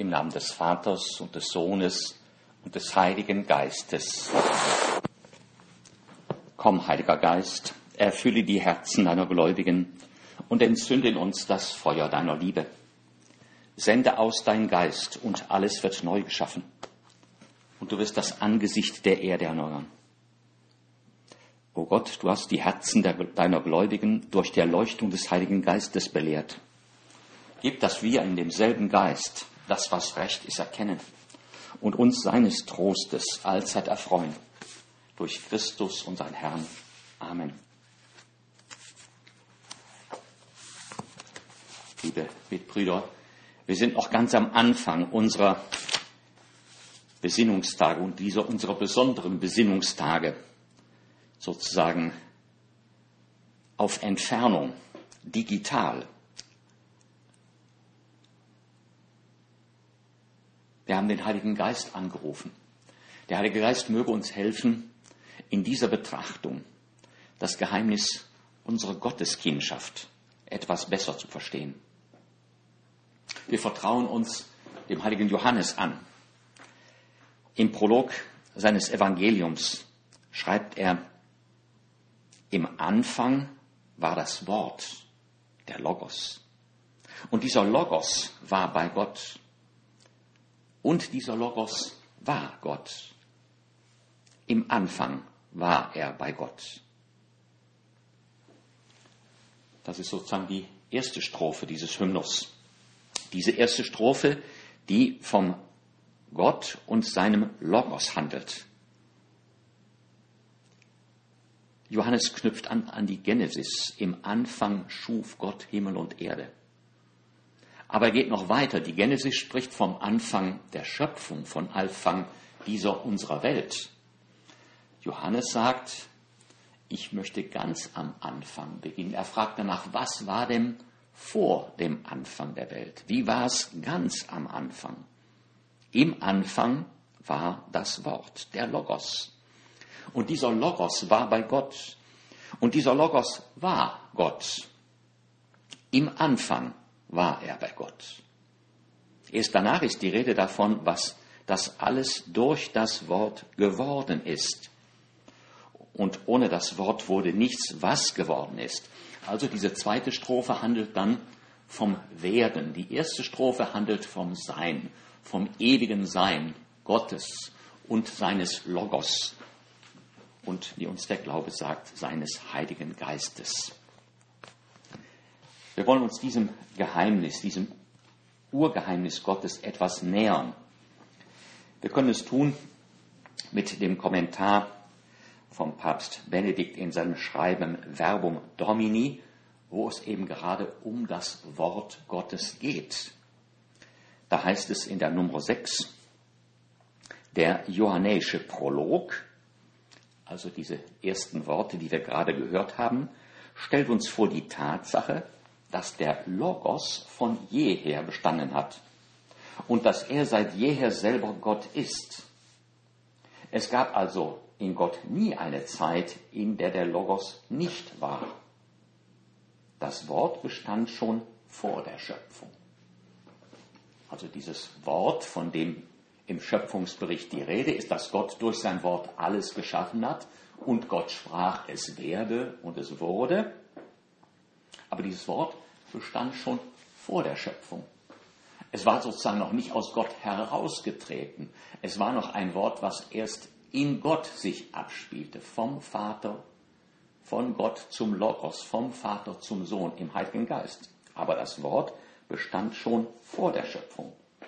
Im Namen des Vaters und des Sohnes und des Heiligen Geistes. Komm, Heiliger Geist, erfülle die Herzen deiner Gläubigen und entzünde in uns das Feuer deiner Liebe. Sende aus deinen Geist und alles wird neu geschaffen. Und du wirst das Angesicht der Erde erneuern. O Gott, du hast die Herzen deiner Gläubigen durch die Erleuchtung des Heiligen Geistes belehrt. Gib, dass wir in demselben Geist das, was recht ist, erkennen und uns seines Trostes allzeit erfreuen. Durch Christus, unseren Herrn. Amen. Liebe Mitbrüder, wir sind noch ganz am Anfang unserer Besinnungstage und unserer besonderen Besinnungstage, sozusagen auf Entfernung, digital. Wir haben den Heiligen Geist angerufen. Der Heilige Geist möge uns helfen, in dieser Betrachtung das Geheimnis unserer Gotteskindschaft etwas besser zu verstehen. Wir vertrauen uns dem heiligen Johannes an. Im Prolog seines Evangeliums schreibt er: Im Anfang war das Wort, der Logos. Und dieser Logos war bei Gott. Und dieser Logos war Gott. Im Anfang war er bei Gott. Das ist sozusagen die erste Strophe dieses Hymnus. Diese erste Strophe, die vom Gott und seinem Logos handelt. Johannes knüpft an die Genesis. Im Anfang schuf Gott Himmel und Erde. Aber er geht noch weiter. Die Genesis spricht vom Anfang der Schöpfung, von Anfang dieser unserer Welt. Johannes sagt, ich möchte ganz am Anfang beginnen. Er fragt danach, was war denn vor dem Anfang der Welt? Wie war es ganz am Anfang? Im Anfang war das Wort, der Logos. Und dieser Logos war bei Gott. Und dieser Logos war Gott. Im Anfang war er bei Gott. Erst danach ist die Rede davon, was das alles durch das Wort geworden ist. Und ohne das Wort wurde nichts, was geworden ist. Also diese zweite Strophe handelt dann vom Werden. Die erste Strophe handelt vom Sein, vom ewigen Sein Gottes und seines Logos. Und wie uns der Glaube sagt, seines Heiligen Geistes. Wir wollen uns diesem Geheimnis, diesem Urgeheimnis Gottes etwas nähern. Wir können es tun mit dem Kommentar vom Papst Benedikt in seinem Schreiben Verbum Domini, wo es eben gerade um das Wort Gottes geht. Da heißt es in der Nummer 6, der johannäische Prolog, also diese ersten Worte, die wir gerade gehört haben, stellt uns vor die Tatsache, dass der Logos von jeher bestanden hat und dass er seit jeher selber Gott ist. Es gab also in Gott nie eine Zeit, in der der Logos nicht war. Das Wort bestand schon vor der Schöpfung. Also dieses Wort, von dem im Schöpfungsbericht die Rede ist, dass Gott durch sein Wort alles geschaffen hat und Gott sprach, es werde und es wurde. Aber dieses Wort bestand schon vor der Schöpfung. Es war sozusagen noch nicht aus Gott herausgetreten. Es war noch ein Wort, was erst in Gott sich abspielte, vom Vater, von Gott zum Logos, vom Vater zum Sohn im Heiligen Geist. Aber das Wort bestand schon vor der Schöpfung.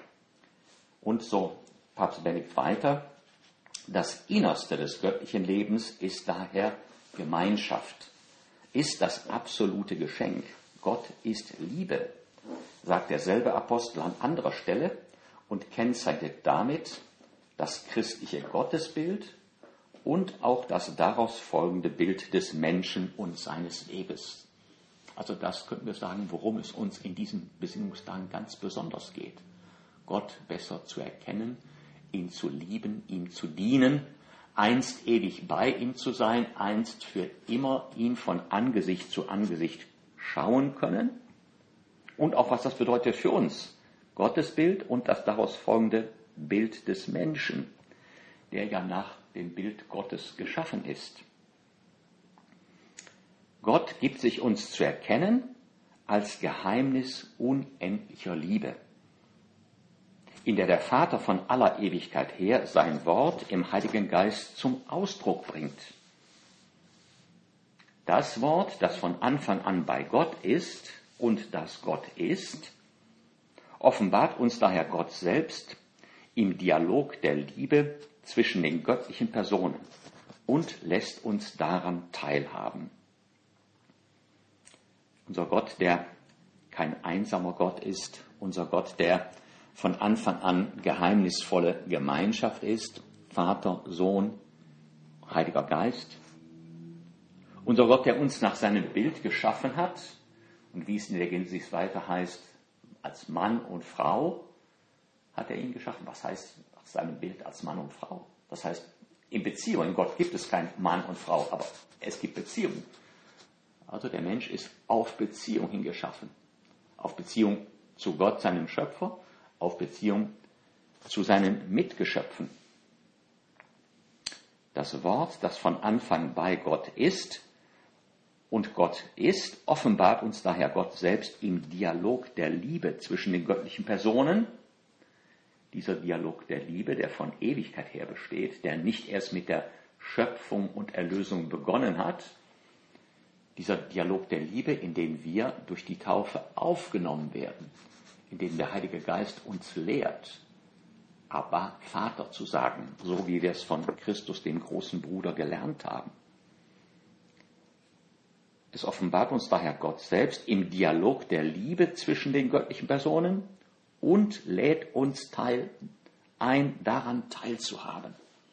Und so Papst Benedikt weiter, das Innerste des göttlichen Lebens ist daher Gemeinschaft, ist das absolute Geschenk. Gott ist Liebe, sagt derselbe Apostel an anderer Stelle und kennzeichnet damit das christliche Gottesbild und auch das daraus folgende Bild des Menschen und seines Weges. Also das könnten wir sagen, worum es uns in diesen Besinnungstagen ganz besonders geht. Gott besser zu erkennen, ihn zu lieben, ihm zu dienen, einst ewig bei ihm zu sein, einst für immer ihn von Angesicht zu Angesicht schauen können und auch was das bedeutet für uns, Gottesbild und das daraus folgende Bild des Menschen, der ja nach dem Bild Gottes geschaffen ist. Gott gibt sich uns zu erkennen als Geheimnis unendlicher Liebe, in der der Vater von aller Ewigkeit her sein Wort im Heiligen Geist zum Ausdruck bringt. Das Wort, das von Anfang an bei Gott ist und das Gott ist, offenbart uns daher Gott selbst im Dialog der Liebe zwischen den göttlichen Personen und lässt uns daran teilhaben. Unser Gott, der kein einsamer Gott ist, unser Gott, der von Anfang an geheimnisvolle Gemeinschaft ist, Vater, Sohn, Heiliger Geist. Unser Gott, der uns nach seinem Bild geschaffen hat und wie es in der Genesis weiter heißt, als Mann und Frau hat er ihn geschaffen. Was heißt nach seinem Bild als Mann und Frau? Das heißt, in Beziehung, in Gott gibt es kein Mann und Frau, aber es gibt Beziehung. Also der Mensch ist auf Beziehung hingeschaffen. Auf Beziehung zu Gott, seinem Schöpfer, auf Beziehung zu seinen Mitgeschöpfen. Das Wort, das von Anfang bei Gott ist und Gott ist, offenbart uns daher Gott selbst im Dialog der Liebe zwischen den göttlichen Personen. Dieser Dialog der Liebe, der von Ewigkeit her besteht, der nicht erst mit der Schöpfung und Erlösung begonnen hat. Dieser Dialog der Liebe, in den wir durch die Taufe aufgenommen werden, in dem der Heilige Geist uns lehrt, Abba, Vater zu sagen, so wie wir es von Christus, dem großen Bruder, gelernt haben. Es offenbart uns daher Gott selbst im Dialog der Liebe zwischen den göttlichen Personen und lädt uns ein, daran teilzuhaben.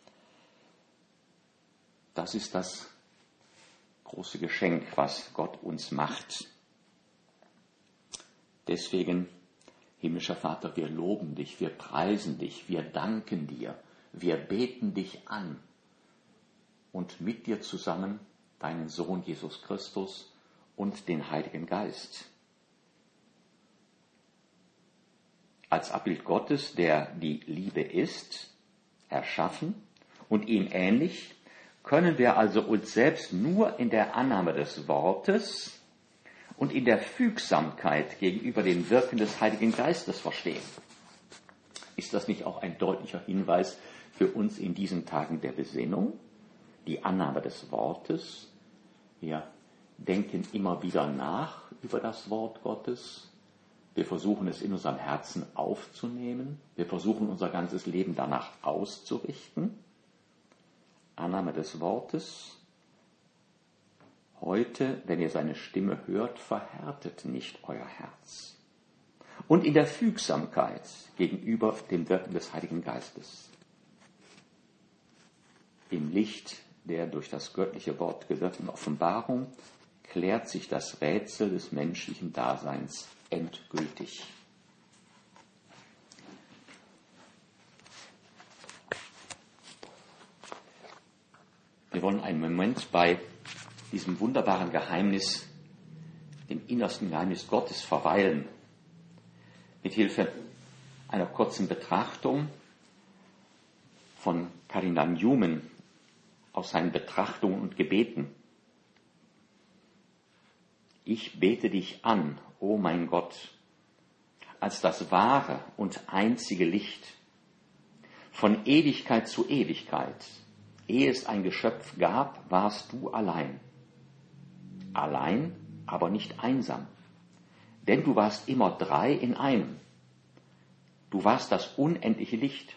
Das ist das große Geschenk, was Gott uns macht. Deswegen, himmlischer Vater, wir loben dich, wir preisen dich, wir danken dir, wir beten dich an und mit dir zusammen deinen Sohn Jesus Christus und den Heiligen Geist. Als Abbild Gottes, der die Liebe ist, erschaffen und ihm ähnlich, können wir also uns selbst nur in der Annahme des Wortes und in der Fügsamkeit gegenüber dem Wirken des Heiligen Geistes verstehen. Ist das nicht auch ein deutlicher Hinweis für uns in diesen Tagen der Besinnung? Die Annahme des Wortes. Wir denken immer wieder nach über das Wort Gottes. Wir versuchen es in unserem Herzen aufzunehmen. Wir versuchen unser ganzes Leben danach auszurichten. Annahme des Wortes. Heute, wenn ihr seine Stimme hört, verhärtet nicht euer Herz. Und in der Fügsamkeit gegenüber dem Wirken des Heiligen Geistes. Im Licht der durch das göttliche Wort gewirkten Offenbarung klärt sich das Rätsel des menschlichen Daseins endgültig. Wir wollen einen Moment bei diesem wunderbaren Geheimnis, dem innersten Geheimnis Gottes, verweilen. Mit Hilfe einer kurzen Betrachtung von Cardinal Newman aus seinen Betrachtungen und Gebeten. Ich bete dich an, o mein Gott, als das wahre und einzige Licht, von Ewigkeit zu Ewigkeit. Ehe es ein Geschöpf gab, warst du allein. Allein, aber nicht einsam. Denn du warst immer drei in einem. Du warst das unendliche Licht.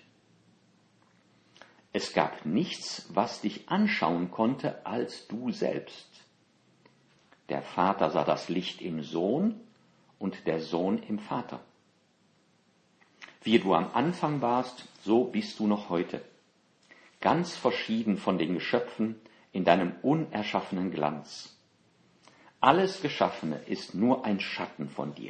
Es gab nichts, was dich anschauen konnte, als du selbst. Der Vater sah das Licht im Sohn und der Sohn im Vater. Wie du am Anfang warst, so bist du noch heute. Ganz verschieden von den Geschöpfen in deinem unerschaffenen Glanz. Alles Geschaffene ist nur ein Schatten von dir.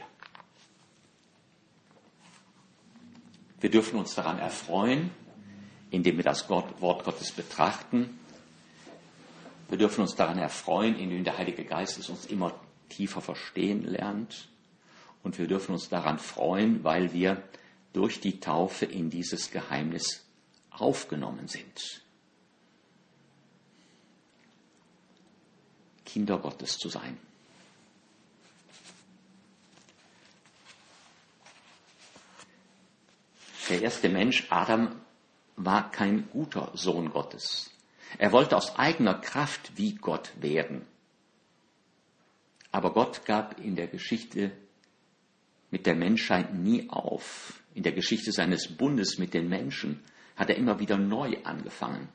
Wir dürfen uns daran erfreuen, indem wir das Wort Gottes betrachten. Wir dürfen uns daran erfreuen, indem der Heilige Geist es uns immer tiefer verstehen lernt. Und wir dürfen uns daran freuen, weil wir durch die Taufe in dieses Geheimnis aufgenommen sind. Kinder Gottes zu sein. Der erste Mensch, Adam, war kein guter Sohn Gottes. Er wollte aus eigener Kraft wie Gott werden. Aber Gott gab in der Geschichte mit der Menschheit nie auf. In der Geschichte seines Bundes mit den Menschen hat er immer wieder neu angefangen.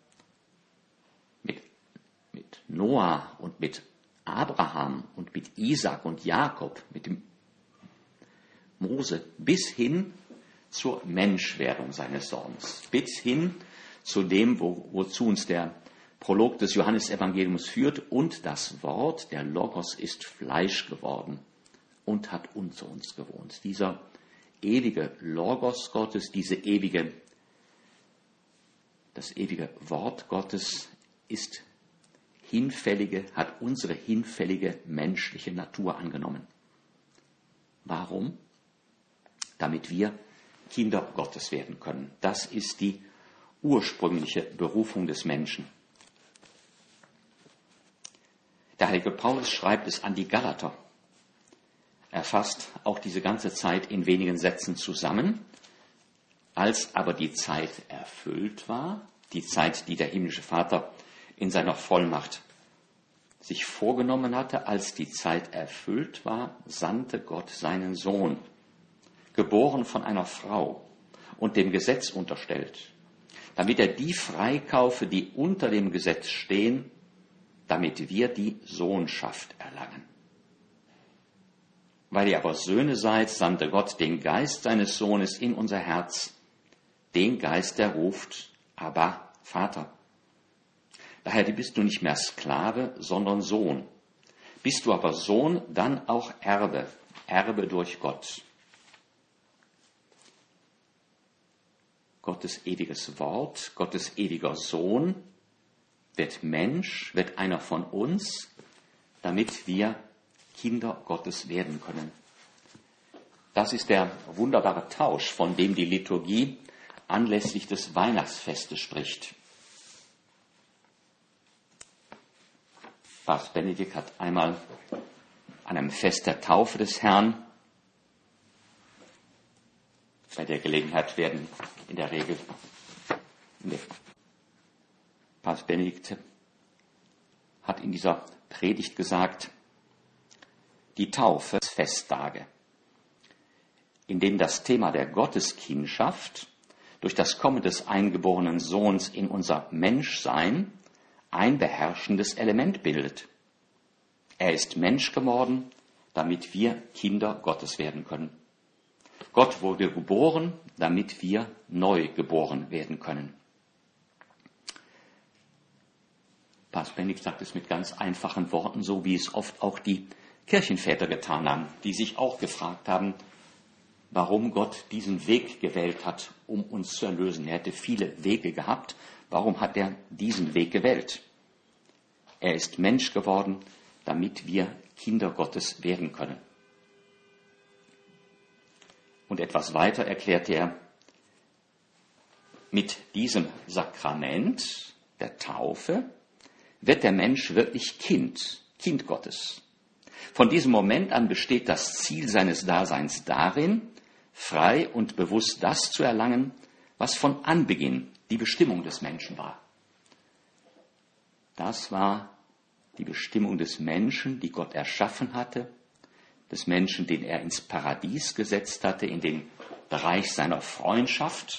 Mit Noah und mit Abraham und mit Isaak und Jakob, mit dem Mose, bis hin zur Menschwerdung seines Sohnes, bis hin zu dem, wozu uns der Prolog des Johannesevangeliums führt, und das Wort, der Logos, ist Fleisch geworden und hat unter uns gewohnt. Dieser ewige Logos Gottes, das ewige Wort Gottes ist hat unsere hinfällige menschliche Natur angenommen. Warum? Damit wir Kinder Gottes werden können. Das ist die ursprüngliche Berufung des Menschen. Der heilige Paulus schreibt es an die Galater. Er fasst auch diese ganze Zeit in wenigen Sätzen zusammen. Als aber die Zeit erfüllt war, die Zeit, die der himmlische Vater in seiner Vollmacht sich vorgenommen hatte, als die Zeit erfüllt war, sandte Gott seinen Sohn, geboren von einer Frau und dem Gesetz unterstellt, damit er die freikaufe, die unter dem Gesetz stehen, damit wir die Sohnschaft erlangen. Weil ihr aber Söhne seid, sandte Gott den Geist seines Sohnes in unser Herz, den Geist, der ruft, Abba, Vater. Daher bist du nicht mehr Sklave, sondern Sohn. Bist du aber Sohn, dann auch Erbe, Erbe durch Gott. Gottes ewiges Wort, Gottes ewiger Sohn wird Mensch, wird einer von uns, damit wir Kinder Gottes werden können. Das ist der wunderbare Tausch, von dem die Liturgie anlässlich des Weihnachtsfestes spricht. Papst Benedikt hat einmal an einem Fest der Taufe des Herrn, bei der Gelegenheit werden in der Regel Papst Benedikt hat in dieser Predigt gesagt, die Taufe ist Festtage, in denen das Thema der Gotteskindschaft durch das Kommen des eingeborenen Sohns in unser Menschsein ein beherrschendes Element bildet. Er ist Mensch geworden, damit wir Kinder Gottes werden können. Gott wurde geboren, damit wir neu geboren werden können. Papst Benedikt sagt es mit ganz einfachen Worten, so wie es oft auch die Kirchenväter getan haben, die sich auch gefragt haben, warum Gott diesen Weg gewählt hat, um uns zu erlösen. Er hätte viele Wege gehabt. Warum hat er diesen Weg gewählt? Er ist Mensch geworden, damit wir Kinder Gottes werden können. Und etwas weiter erklärt er, mit diesem Sakrament der Taufe wird der Mensch wirklich Kind Gottes. Von diesem Moment an besteht das Ziel seines Daseins darin, frei und bewusst das zu erlangen, was von Anbeginn die Bestimmung des Menschen war. Das war die Bestimmung des Menschen, die Gott erschaffen hatte, des Menschen, den er ins Paradies gesetzt hatte, in den Bereich seiner Freundschaft.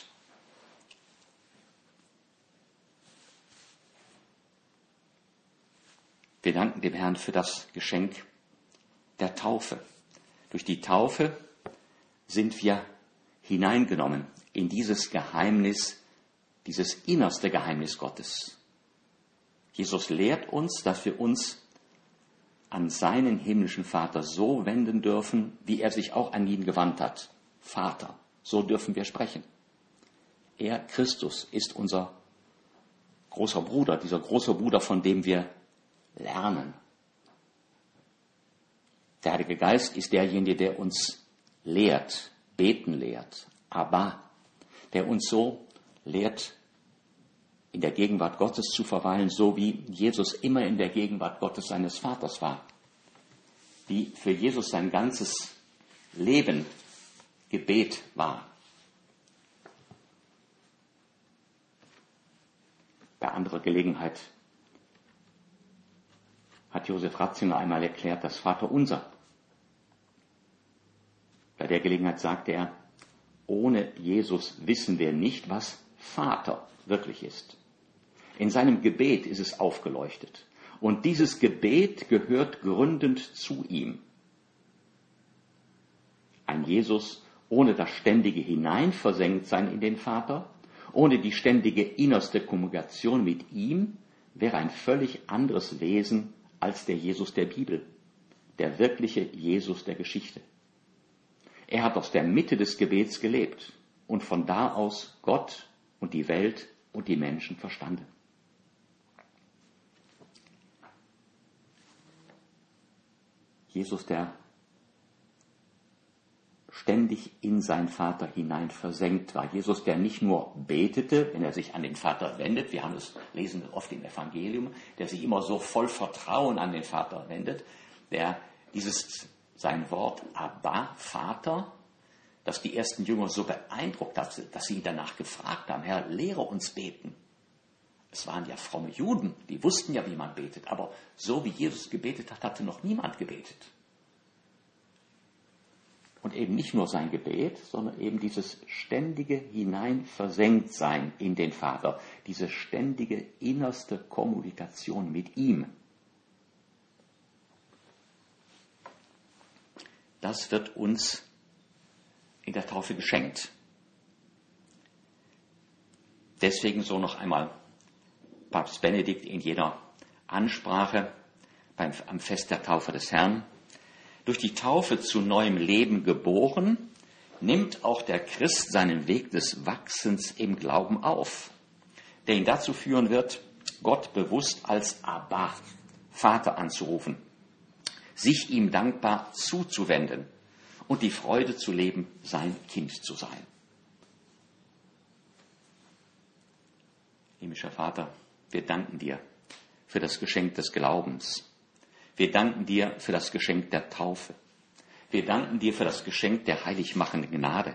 Wir danken dem Herrn für das Geschenk der Taufe. Durch die Taufe sind wir hineingenommen in dieses Geheimnis, dieses innerste Geheimnis Gottes. Jesus lehrt uns, dass wir uns an seinen himmlischen Vater so wenden dürfen, wie er sich auch an ihn gewandt hat. Vater, so dürfen wir sprechen. Er, Christus, ist unser großer Bruder, dieser große Bruder, von dem wir lernen. Der Heilige Geist ist derjenige, der uns lehrt, beten lehrt, Abba, der uns so lehrt, in der Gegenwart Gottes zu verweilen, so wie Jesus immer in der Gegenwart Gottes seines Vaters war. Wie für Jesus sein ganzes Leben Gebet war. Bei anderer Gelegenheit hat Josef Ratzinger einmal erklärt, das Vaterunser. Bei der Gelegenheit sagte er, ohne Jesus wissen wir nicht, was Vater wirklich ist. In seinem Gebet ist es aufgeleuchtet. Und dieses Gebet gehört gründend zu ihm. Ein Jesus ohne das ständige Hineinversenktsein in den Vater, ohne die ständige innerste Kommunikation mit ihm, wäre ein völlig anderes Wesen als der Jesus der Bibel, der wirkliche Jesus der Geschichte. Er hat aus der Mitte des Gebets gelebt und von da aus Gott und die Welt und die Menschen verstanden. Jesus, der ständig in seinen Vater hinein versenkt war. Jesus, der nicht nur betete, wenn er sich an den Vater wendet, wir haben es lesen oft im Evangelium, der sich immer so voll Vertrauen an den Vater wendet, der dieses sein Wort Abba, Vater, dass die ersten Jünger so beeindruckt hat, dass sie ihn danach gefragt haben, Herr, lehre uns beten. Es waren ja fromme Juden, die wussten ja, wie man betet, aber so wie Jesus gebetet hat, hatte noch niemand gebetet. Und eben nicht nur sein Gebet, sondern eben dieses ständige Hineinversenktsein in den Vater, diese ständige innerste Kommunikation mit ihm. Das wird uns in der Taufe geschenkt. Deswegen so noch einmal Papst Benedikt in jeder Ansprache am Fest der Taufe des Herrn. Durch die Taufe zu neuem Leben geboren, nimmt auch der Christ seinen Weg des Wachsens im Glauben auf, der ihn dazu führen wird, Gott bewusst als Abba, Vater anzurufen, sich ihm dankbar zuzuwenden und die Freude zu leben, sein Kind zu sein. Himmlischer Vater, wir danken dir für das Geschenk des Glaubens. Wir danken dir für das Geschenk der Taufe. Wir danken dir für das Geschenk der heiligmachenden Gnade.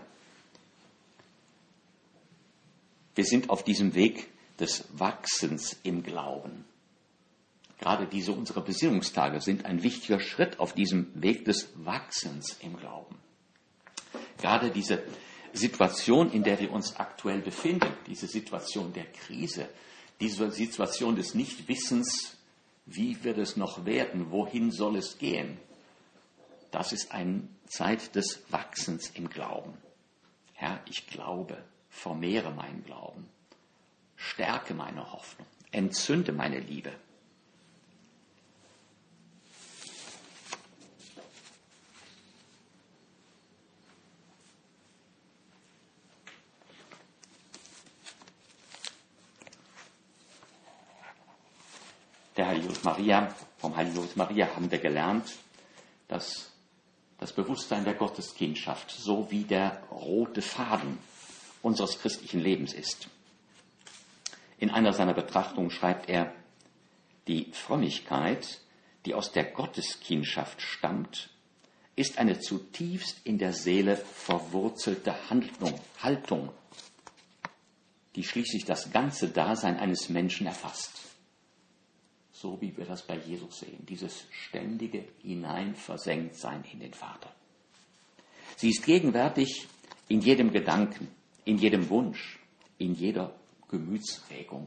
Wir sind auf diesem Weg des Wachsens im Glauben. Gerade diese unsere Besinnungstage sind ein wichtiger Schritt auf diesem Weg des Wachsens im Glauben. Gerade diese Situation, in der wir uns aktuell befinden, diese Situation der Krise, diese Situation des Nichtwissens, wie wird es noch werden, wohin soll es gehen, das ist eine Zeit des Wachsens im Glauben. Herr, ich glaube, vermehre meinen Glauben, stärke meine Hoffnung, entzünde meine Liebe. Vom Heiligen Josef Maria haben wir gelernt, dass das Bewusstsein der Gotteskindschaft so wie der rote Faden unseres christlichen Lebens ist. In einer seiner Betrachtungen schreibt er, die Frömmigkeit, die aus der Gotteskindschaft stammt, ist eine zutiefst in der Seele verwurzelte Haltung, die schließlich das ganze Dasein eines Menschen erfasst. So wie wir das bei Jesus sehen, dieses ständige Hineinversenktsein in den Vater. Sie ist gegenwärtig in jedem Gedanken, in jedem Wunsch, in jeder Gemütsregung.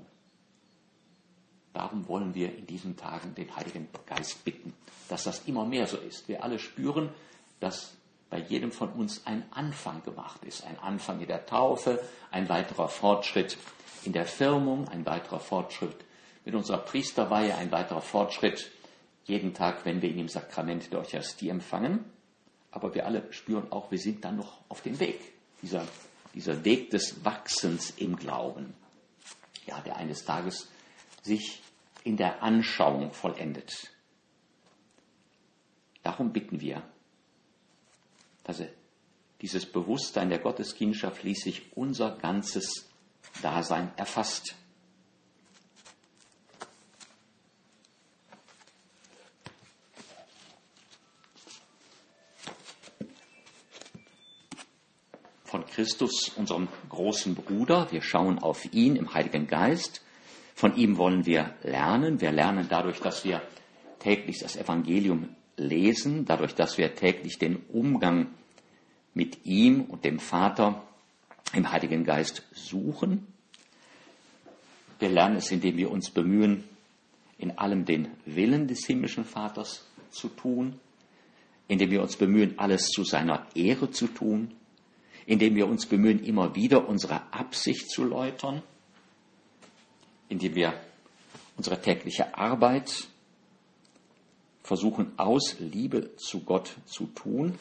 Darum wollen wir in diesen Tagen den Heiligen Geist bitten, dass das immer mehr so ist. Wir alle spüren, dass bei jedem von uns ein Anfang gemacht ist. Ein Anfang in der Taufe, ein weiterer Fortschritt in der Firmung, ein weiterer Fortschritt mit unserer Priesterweihe, ein weiterer Fortschritt jeden Tag, wenn wir ihn im Sakrament der Eucharistie empfangen. Aber wir alle spüren auch, wir sind dann noch auf dem Weg. Dieser Weg des Wachsens im Glauben. Ja, der eines Tages sich in der Anschauung vollendet. Darum bitten wir, dass dieses Bewusstsein der Gotteskindschaft schließlich unser ganzes Dasein erfasst. Von Christus, unserem großen Bruder, wir schauen auf ihn im Heiligen Geist. Von ihm wollen wir lernen. Wir lernen dadurch, dass wir täglich das Evangelium lesen, dadurch, dass wir täglich den Umgang mit ihm und dem Vater im Heiligen Geist suchen. Wir lernen es, indem wir uns bemühen, in allem den Willen des himmlischen Vaters zu tun, indem wir uns bemühen, alles zu seiner Ehre zu tun, indem wir uns bemühen, immer wieder unsere Absicht zu läutern, indem wir unsere tägliche Arbeit versuchen, aus Liebe zu Gott zu tun,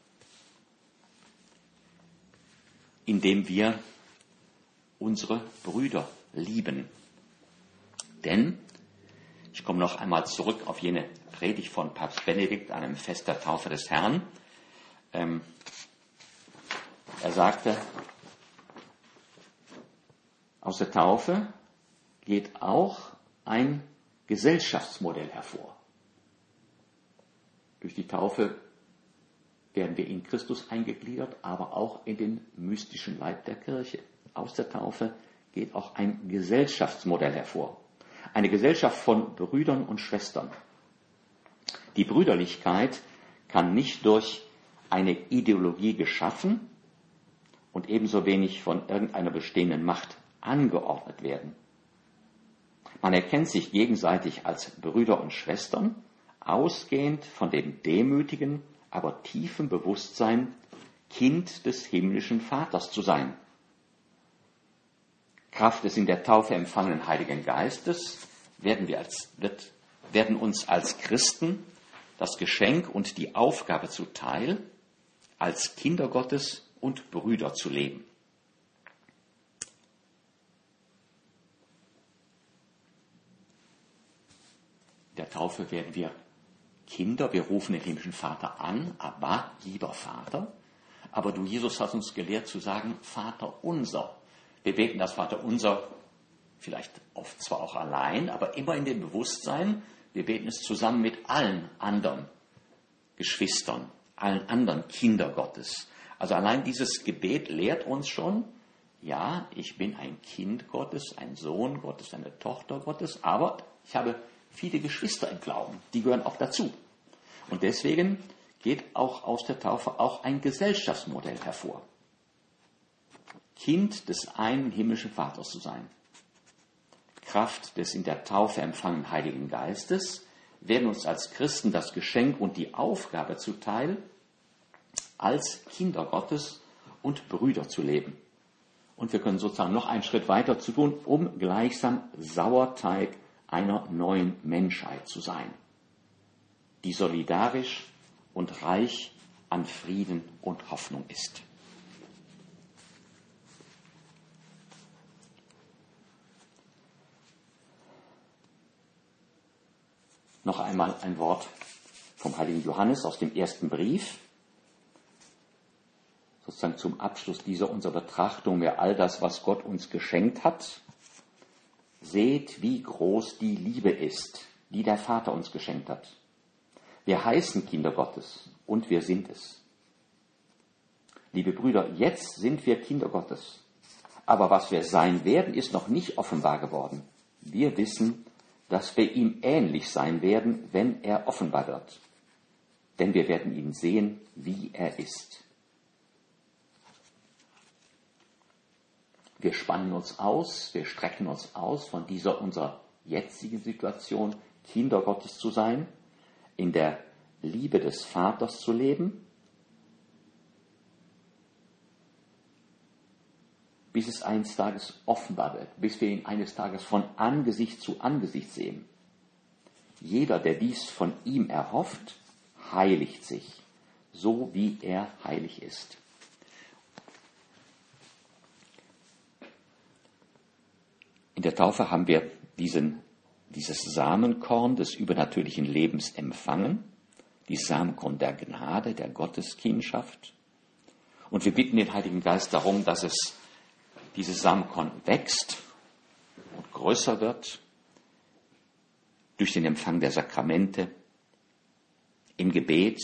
indem wir unsere Brüder lieben. Denn, ich komme noch einmal zurück auf jene Predigt von Papst Benedikt an einem Fest der Taufe des Herrn. Er sagte, aus der Taufe geht auch ein Gesellschaftsmodell hervor. Durch die Taufe werden wir in Christus eingegliedert, aber auch in den mystischen Leib der Kirche. Aus der Taufe geht auch ein Gesellschaftsmodell hervor. Eine Gesellschaft von Brüdern und Schwestern. Die Brüderlichkeit kann nicht durch eine Ideologie geschaffen und ebenso wenig von irgendeiner bestehenden Macht angeordnet werden. Man erkennt sich gegenseitig als Brüder und Schwestern, ausgehend von dem demütigen, aber tiefen Bewusstsein, Kind des himmlischen Vaters zu sein. Kraft des in der Taufe empfangenen Heiligen Geistes werden uns als Christen das Geschenk und die Aufgabe zuteil, als Kinder Gottes und Brüder zu leben. In der Taufe werden wir Kinder, wir rufen den himmlischen Vater an, Abba, lieber Vater. Aber du, Jesus, hast uns gelehrt zu sagen, Vater unser. Wir beten das Vater unser, vielleicht oft zwar auch allein, aber immer in dem Bewusstsein, wir beten es zusammen mit allen anderen Geschwistern, allen anderen Kinder Gottes. Also allein dieses Gebet lehrt uns schon, ja, ich bin ein Kind Gottes, ein Sohn Gottes, eine Tochter Gottes, aber ich habe viele Geschwister im Glauben, die gehören auch dazu. Und deswegen geht auch aus der Taufe auch ein Gesellschaftsmodell hervor. Kind des einen himmlischen Vaters zu sein. Kraft des in der Taufe empfangenen Heiligen Geistes werden uns als Christen das Geschenk und die Aufgabe zuteil, als Kinder Gottes und Brüder zu leben. Und wir können sozusagen noch einen Schritt weiter zu tun, um gleichsam Sauerteig einer neuen Menschheit zu sein, die solidarisch und reich an Frieden und Hoffnung ist. Noch einmal ein Wort vom heiligen Johannes aus dem ersten Brief, sozusagen zum Abschluss dieser unserer Betrachtung, mehr all das, was Gott uns geschenkt hat. Seht, wie groß die Liebe ist, die der Vater uns geschenkt hat. Wir heißen Kinder Gottes und wir sind es. Liebe Brüder, jetzt sind wir Kinder Gottes. Aber was wir sein werden, ist noch nicht offenbar geworden. Wir wissen, dass wir ihm ähnlich sein werden, wenn er offenbar wird. Denn wir werden ihn sehen, wie er ist. Wir spannen uns aus, wir strecken uns aus von dieser unserer jetzigen Situation, Kinder Gottes zu sein, in der Liebe des Vaters zu leben, bis es eines Tages offenbar wird, bis wir ihn eines Tages von Angesicht zu Angesicht sehen. Jeder, der dies von ihm erhofft, heiligt sich, so wie er heilig ist. In der Taufe haben wir dieses Samenkorn des übernatürlichen Lebens empfangen, die Samenkorn der Gnade, der Gotteskindschaft. Und wir bitten den Heiligen Geist darum, dass dieses Samenkorn wächst und größer wird durch den Empfang der Sakramente, im Gebet,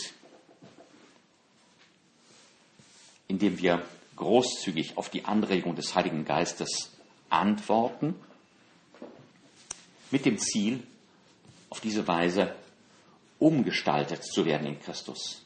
indem wir großzügig auf die Anregung des Heiligen Geistes antworten, mit dem Ziel, auf diese Weise umgestaltet zu werden in Christus.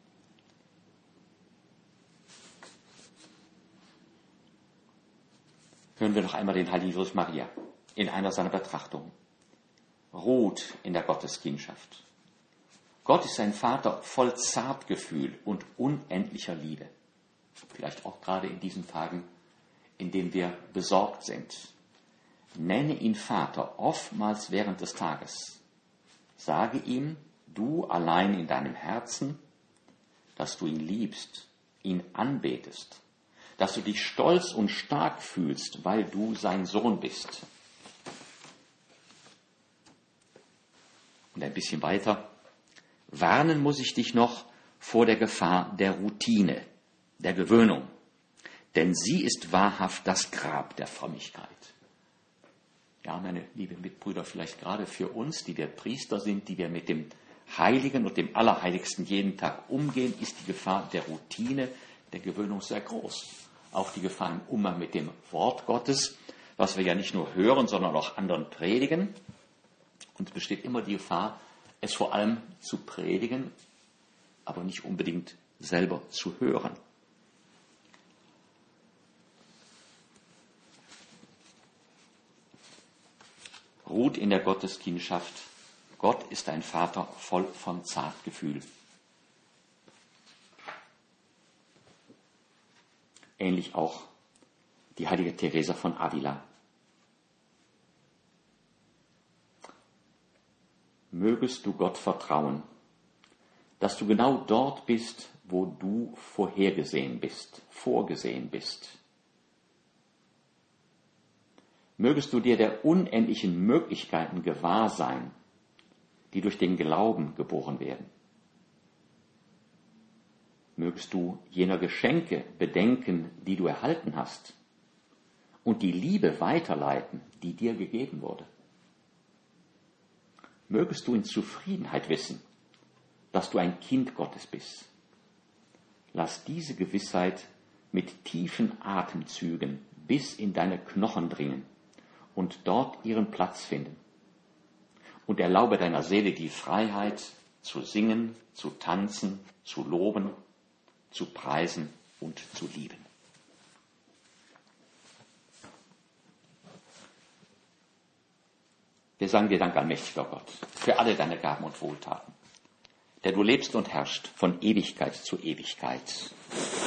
Hören wir noch einmal den heiligen Josef Maria in einer seiner Betrachtungen. Ruht in der Gotteskindschaft. Gott ist ein Vater voll Zartgefühl und unendlicher Liebe. Vielleicht auch gerade in diesen Tagen, in denen wir besorgt sind. Nenne ihn Vater oftmals während des Tages. Sage ihm, du allein in deinem Herzen, dass du ihn liebst, ihn anbetest, dass du dich stolz und stark fühlst, weil du sein Sohn bist. Und ein bisschen weiter. Warnen muss ich dich noch vor der Gefahr der Routine, der Gewöhnung, denn sie ist wahrhaft das Grab der Frömmigkeit. Ja, meine lieben Mitbrüder, vielleicht gerade für uns, die wir Priester sind, die wir mit dem Heiligen und dem Allerheiligsten jeden Tag umgehen, ist die Gefahr der Routine, der Gewöhnung sehr groß. Auch die Gefahr im Umgang mit dem Wort Gottes, was wir ja nicht nur hören, sondern auch anderen predigen. Und es besteht immer die Gefahr, es vor allem zu predigen, aber nicht unbedingt selber zu hören. Ruht in der Gotteskindschaft. Gott ist ein Vater voll von Zartgefühl. Ähnlich auch die heilige Teresa von Avila. Mögest du Gott vertrauen, dass du genau dort bist, wo du vorgesehen bist. Mögest du dir der unendlichen Möglichkeiten gewahr sein, die durch den Glauben geboren werden. Mögest du jener Geschenke bedenken, die du erhalten hast, und die Liebe weiterleiten, die dir gegeben wurde. Mögest du in Zufriedenheit wissen, dass du ein Kind Gottes bist. Lass diese Gewissheit mit tiefen Atemzügen bis in deine Knochen dringen und dort ihren Platz finden. Und erlaube deiner Seele die Freiheit, zu singen, zu tanzen, zu loben, zu preisen und zu lieben. Wir sagen dir Dank, allmächtiger Gott, für alle deine Gaben und Wohltaten, der du lebst und herrschst von Ewigkeit zu Ewigkeit.